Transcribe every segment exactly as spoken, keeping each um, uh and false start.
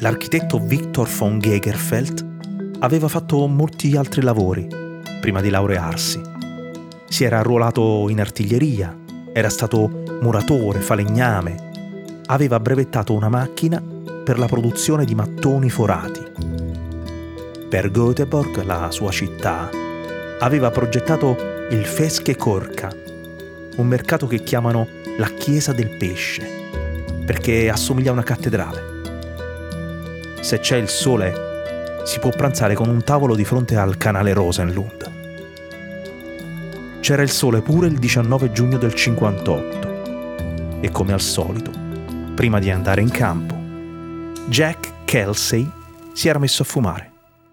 l'architetto Victor von Gegenfeld aveva fatto molti altri lavori prima di laurearsi. Si era arruolato in artiglieria, era stato muratore, falegname, aveva brevettato una macchina per la produzione di mattoni forati. Per Göteborg, la sua città, aveva progettato il Feske Korka, un mercato che chiamano la Chiesa del Pesce, perché assomiglia a una cattedrale. Se c'è il sole, si può pranzare con un tavolo di fronte al canale Rosenlund. C'era il sole pure il diciannove giugno del cinquantotto e, come al solito, prima di andare in campo, Jack Kelsey si era messo a fumare.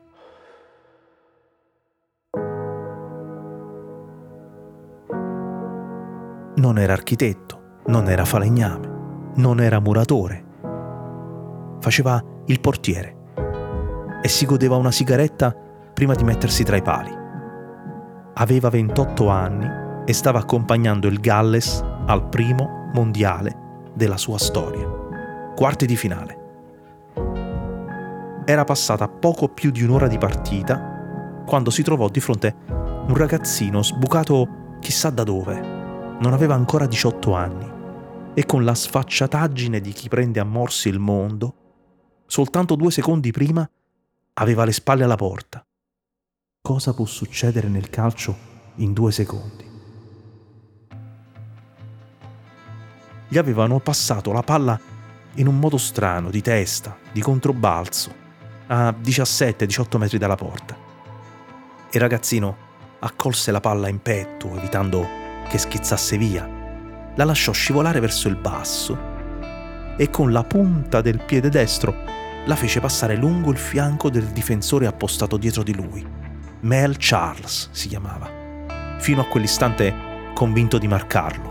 Non era architetto, non era falegname, non era muratore. Faceva il portiere e si godeva una sigaretta prima di mettersi tra i pali. Aveva ventotto anni e stava accompagnando il Galles al primo mondiale della sua storia. Quarti di finale. Era passata poco più di un'ora di partita quando si trovò di fronte un ragazzino sbucato chissà da dove. Non aveva ancora diciotto anni e con la sfacciataggine di chi prende a morsi il mondo, soltanto due secondi prima aveva le spalle alla porta. Cosa può succedere nel calcio in due secondi? Gli avevano passato la palla in un modo strano, di testa, di controbalzo, a diciassette diciotto metri dalla porta. Il ragazzino accolse la palla in petto, evitando che schizzasse via, la lasciò scivolare verso il basso e con la punta del piede destro la fece passare lungo il fianco del difensore appostato dietro di lui. Mel Charles si chiamava, fino a quell'istante convinto di marcarlo.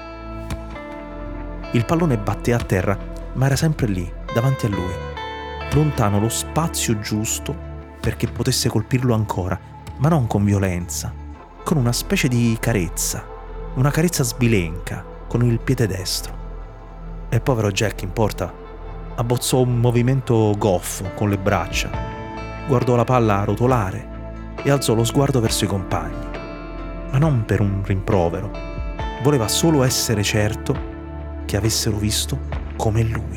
Il pallone batté a terra, ma era sempre lì, davanti a lui, lontano lo spazio giusto perché potesse colpirlo ancora, ma non con violenza, con una specie di carezza, una carezza sbilenca, con il piede destro. E il povero Jack in porta abbozzò un movimento goffo con le braccia, guardò la palla rotolare e alzò lo sguardo verso i compagni, ma non per un rimprovero. Voleva solo essere certo che avessero visto come lui.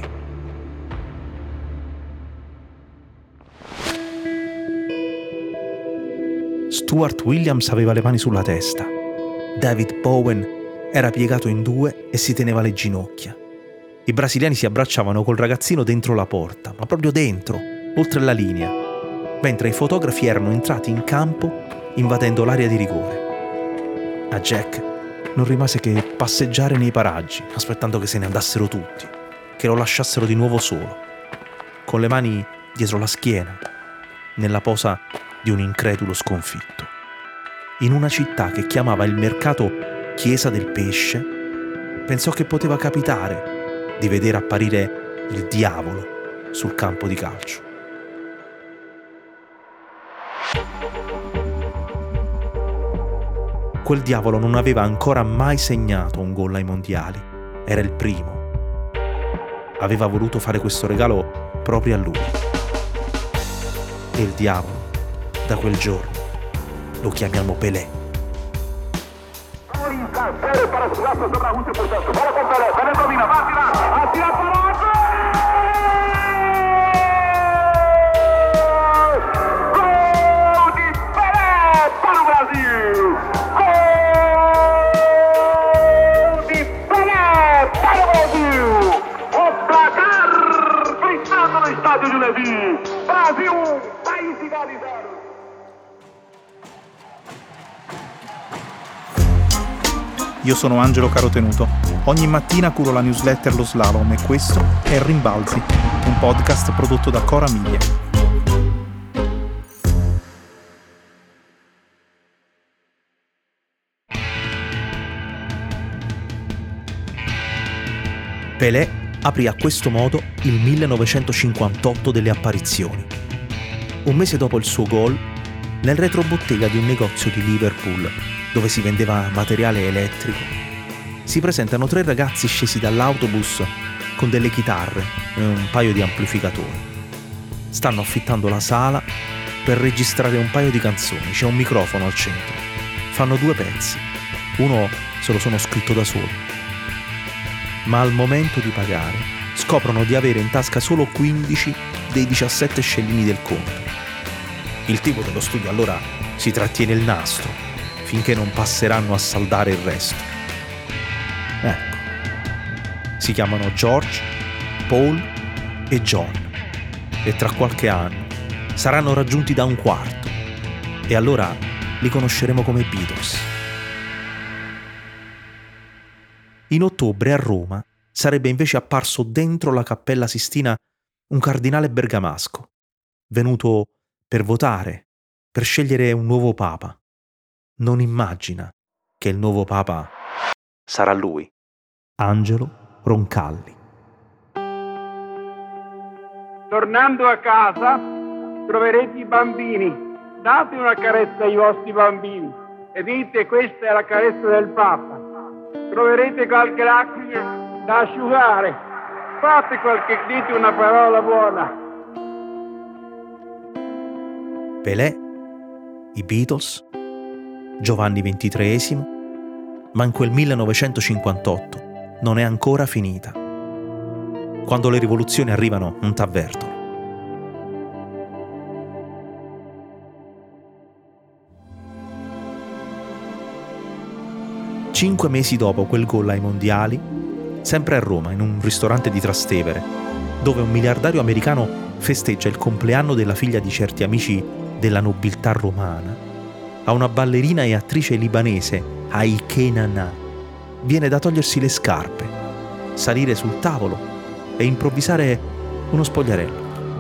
Stuart Williams aveva le mani sulla testa. David Bowen era piegato in due e si teneva le ginocchia. I brasiliani si abbracciavano col ragazzino dentro la porta, ma proprio dentro, oltre la linea, mentre i fotografi erano entrati in campo invadendo l'area di rigore. A Jack non rimase che passeggiare nei paraggi, aspettando che se ne andassero tutti, che lo lasciassero di nuovo solo, con le mani dietro la schiena, nella posa di un incredulo sconfitto. In una città che chiamava il mercato Chiesa del Pesce, pensò che poteva capitare di vedere apparire il diavolo sul campo di calcio. Quel diavolo non aveva ancora mai segnato un gol ai mondiali. Era il primo. Aveva voluto fare questo regalo proprio a lui. E il diavolo, da quel giorno, lo chiamiamo Pelé. zero para as graças da Rússia, portanto. Bola com Pelé. Pelé domina, vai atirar. Atira para o gol! Gol de Pelé para o Brasil! Gol de Pelé para o Brasil! O placar gritando no estádio de Levi. Brasil um, país de Gales zero. Io sono Angelo Carotenuto. Ogni mattina curo la newsletter Lo Slalom e questo è Rimbalzi, un podcast prodotto da Cora Media. Pelé aprì a questo modo il millenovecentocinquantotto delle apparizioni. Un mese dopo il suo gol, nel retrobottega di un negozio di Liverpool, dove si vendeva materiale elettrico, si presentano tre ragazzi scesi dall'autobus con delle chitarre e un paio di amplificatori. stanno affittando la sala per registrare un paio di canzoni. C'è un microfono al centro. Fanno due pezzi. Uno se lo sono scritto da solo. Ma al momento di pagare scoprono di avere in tasca solo quindici dei diciassette scellini del conto. Il tipo dello studio allora si trattiene il nastro finché non passeranno a saldare il resto. Ecco. Si chiamano George, Paul e John e tra qualche anno saranno raggiunti da un quarto e allora li conosceremo come Beatles. In ottobre a Roma sarebbe invece apparso dentro la Cappella Sistina un cardinale bergamasco, venuto per votare, per scegliere un nuovo papa. Non immagina che il nuovo papa sarà lui, Angelo Roncalli. Tornando a casa troverete i bambini. Date una carezza ai vostri bambini e dite: questa è la carezza del Papa. Troverete qualche lacrima da asciugare. Fate qualche, dite una parola buona. Pelé, i Beatles, Giovanni ventitreesimo, ma in quel millenovecentocinquantotto non è ancora finita. Quando le rivoluzioni arrivano non t'avvertono. Cinque mesi dopo quel gol ai mondiali, sempre a Roma, in un ristorante di Trastevere, dove un miliardario americano festeggia il compleanno della figlia di certi amici della nobiltà romana, a una ballerina e attrice libanese, Aike Nana, viene da togliersi le scarpe, salire sul tavolo e improvvisare uno spogliarello.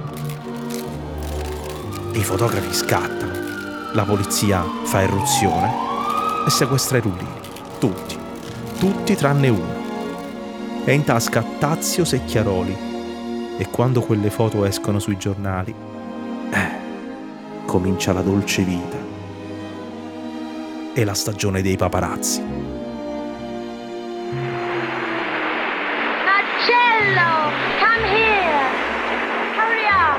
E i fotografi scattano, la polizia fa irruzione e sequestra i rullini. Tutti, tutti tranne uno. È in tasca Tazio Secchiaroli e quando quelle foto escono sui giornali, eh, comincia la dolce vita e la stagione dei paparazzi. Marcello, come here! Hurry up!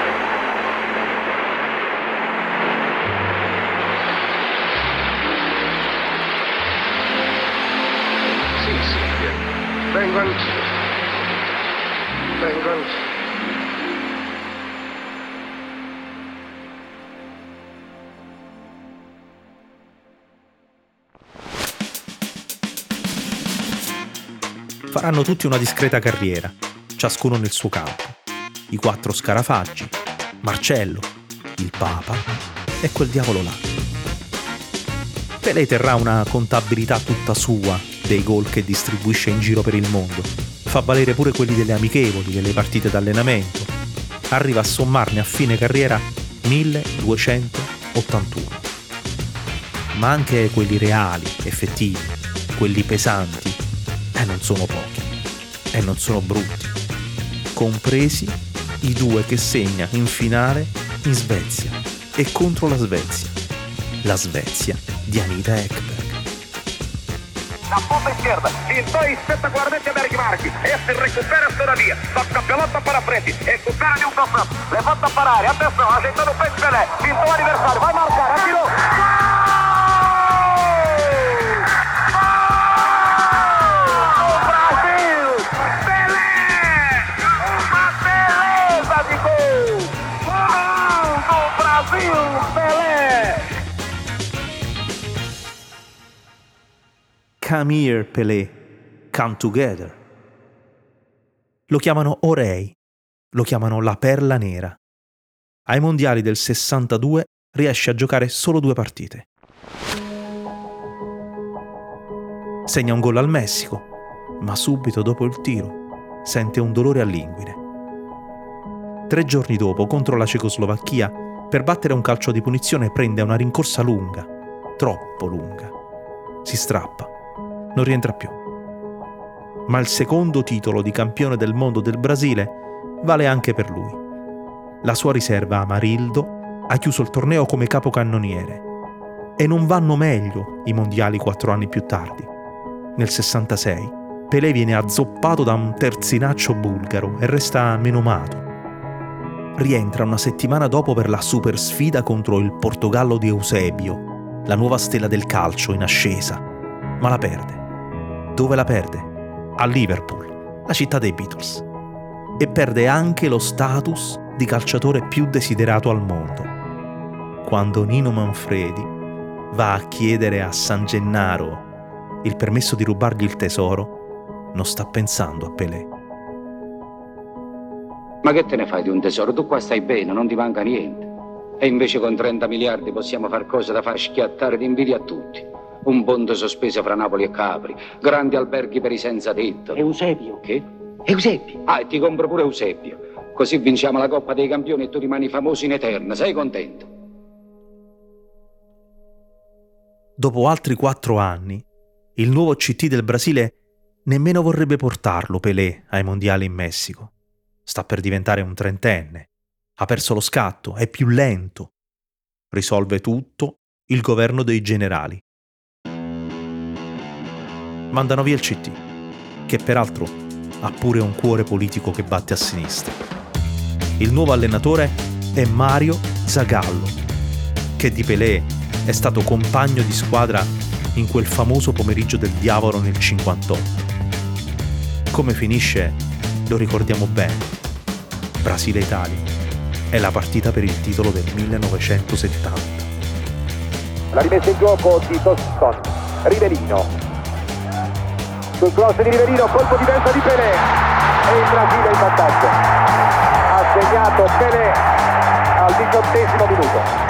Sì, Silvia. Vengo anch'io. Vengo anch'io. Faranno tutti una discreta carriera, ciascuno nel suo campo. I quattro Scarafaggi, Marcello, il Papa e quel diavolo là. Pelé terrà una contabilità tutta sua dei gol che distribuisce in giro per il mondo. Fa valere pure quelli delle amichevoli, delle partite d'allenamento. Arriva a sommarne a fine carriera milleduecentottantuno. Ma anche quelli reali, effettivi, quelli pesanti, e non sono pochi, e non sono brutti, compresi i due che segna in finale in Svezia e contro la Svezia, la Svezia di Anita Ekberg. La punta izquierda, pintó espetacularmente a Bergmark. Este recupera todavía, toca a pelota para frente, recupera de un costado, levanta para área, atenção, ajeitando o pé de Pelé, pintou o aniversário, vai marcar, atirou. Come here, Pelé, come together. Lo chiamano Orei, lo chiamano la perla nera. Ai mondiali del sessantadue riesce a giocare solo due partite. Segna un gol al Messico, ma subito dopo il tiro sente un dolore all'inguine. Tre giorni dopo, contro la Cecoslovacchia, per battere un calcio di punizione prende una rincorsa lunga, troppo lunga. Si strappa. Non rientra più. Ma il secondo titolo di campione del mondo del Brasile vale anche per lui. La sua riserva Amarildo ha chiuso il torneo come capocannoniere e non vanno meglio i mondiali quattro anni più tardi. Nel sessantasei Pelé viene azzoppato da un terzinaccio bulgaro e resta menomato. rientra una settimana dopo per la super sfida contro il Portogallo di Eusebio, la nuova stella del calcio in ascesa, ma la perde. Dove la perde? A Liverpool, la città dei Beatles. E perde anche lo status di calciatore più desiderato al mondo. Quando Nino Manfredi va a chiedere a San Gennaro il permesso di rubargli il tesoro, non sta pensando a Pelé. Ma che te ne fai di un tesoro? Tu qua stai bene, non ti manca niente. E invece con trenta miliardi possiamo far cose da far schiattare d'invidia a tutti. Un ponte sospeso fra Napoli e Capri, grandi alberghi per i senza tetto. Eusebio. Che? Eusebio. Ah, e ti compro pure Eusebio. Così vinciamo la Coppa dei Campioni e tu rimani famoso in eterno. Sei contento? Dopo altri quattro anni, il nuovo C T del Brasile nemmeno vorrebbe portarlo Pelé ai mondiali in Messico. Sta per diventare un trentenne. Ha perso lo scatto, è più lento. Risolve tutto il governo dei generali. Mandano via il C T, che peraltro ha pure un cuore politico che batte a sinistra. Il nuovo allenatore è Mario Zagallo, che di Pelé è stato compagno di squadra in quel famoso pomeriggio del diavolo nel cinquantotto. Come finisce, lo ricordiamo bene. Brasile-Italia è la partita per il titolo del millenovecentosettanta. La rimessa in gioco di Toston, Rivelino. Sul cross di Rivelino, colpo di testa di Pelé. E il Brasile in vantaggio. Ha segnato Pelé al diciottesimo minuto.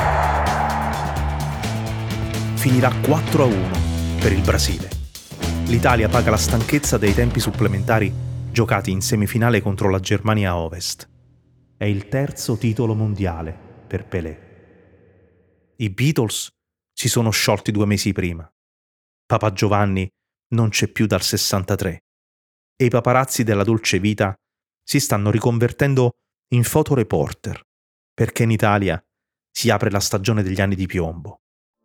Finirà quattro a uno per il Brasile. L'Italia paga la stanchezza dei tempi supplementari giocati in semifinale contro la Germania a Ovest. È il terzo titolo mondiale per Pelé. I Beatles si sono sciolti due mesi prima. Papa Giovanni non c'è più dal sessantatré e i paparazzi della dolce vita si stanno riconvertendo in fotoreporter perché in Italia si apre la stagione degli anni di piombo.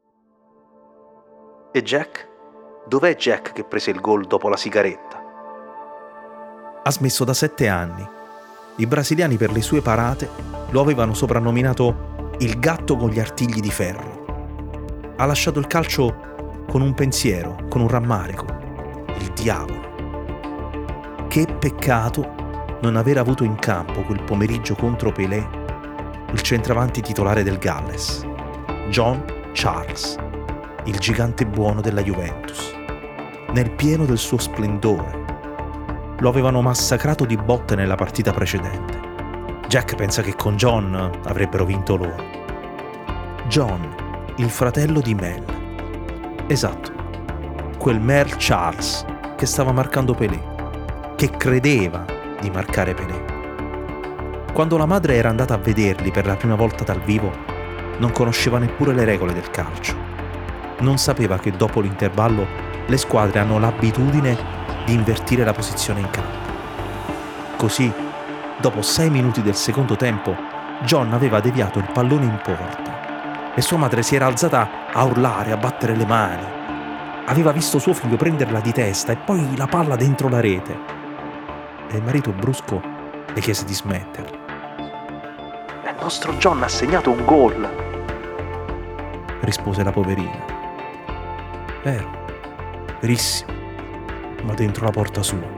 E Jack? Dov'è Jack che prese il gol dopo la sigaretta? Ha smesso da sette anni. I brasiliani per le sue parate lo avevano soprannominato il gatto con gli artigli di ferro. Ha lasciato il calcio con un pensiero, con un rammarico. Il diavolo. Che peccato non aver avuto in campo quel pomeriggio contro Pelé il centravanti titolare del Galles, John Charles, il gigante buono della Juventus, nel pieno del suo splendore. Lo avevano massacrato di botte nella partita precedente. Jack pensa che con John avrebbero vinto loro. John, il fratello di Mel. Esatto, quel Mel Charles che stava marcando Pelé, che credeva di marcare Pelé. Quando la madre era andata a vederli per la prima volta dal vivo, non conosceva neppure le regole del calcio. Non sapeva che dopo l'intervallo le squadre hanno l'abitudine di invertire la posizione in campo. Così, dopo sei minuti del secondo tempo, John aveva deviato il pallone in porta e sua madre si era alzata a urlare, a battere le mani. Aveva visto suo figlio prenderla di testa e poi la palla dentro la rete. E il marito brusco le chiese di smetterla. «Il nostro John ha segnato un gol», rispose la poverina. Vero, verissimo, ma dentro la porta sua.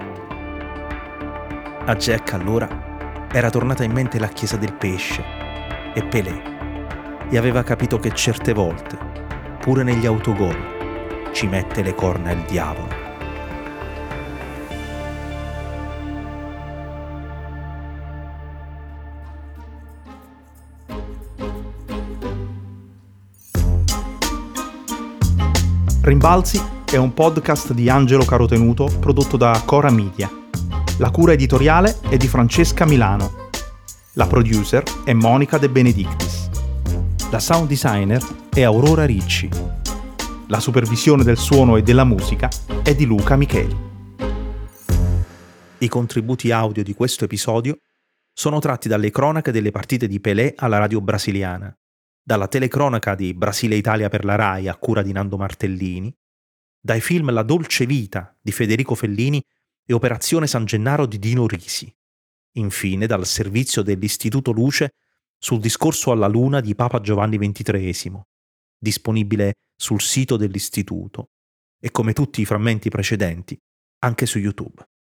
A Jack allora era tornata in mente la chiesa del pesce e Pelé, e aveva capito che certe volte, pure negli autogol, ci mette le corna il diavolo. Rimbalzi è un podcast di Angelo Carotenuto prodotto da Cora Media. La cura editoriale è di Francesca Milano. La producer è Monica De Benedictis. La sound designer è Aurora Ricci. La supervisione del suono e della musica è di Luca Micheli. I contributi audio di questo episodio sono tratti dalle cronache delle partite di Pelé alla radio brasiliana, dalla telecronaca di Brasile-Italia per la Rai a cura di Nando Martellini, dai film La dolce vita di Federico Fellini e Operazione San Gennaro di Dino Risi. infine dal servizio dell'Istituto Luce sul discorso alla Luna di Papa Giovanni ventitreesimo, disponibile sul sito dell'Istituto e come tutti i frammenti precedenti anche su YouTube.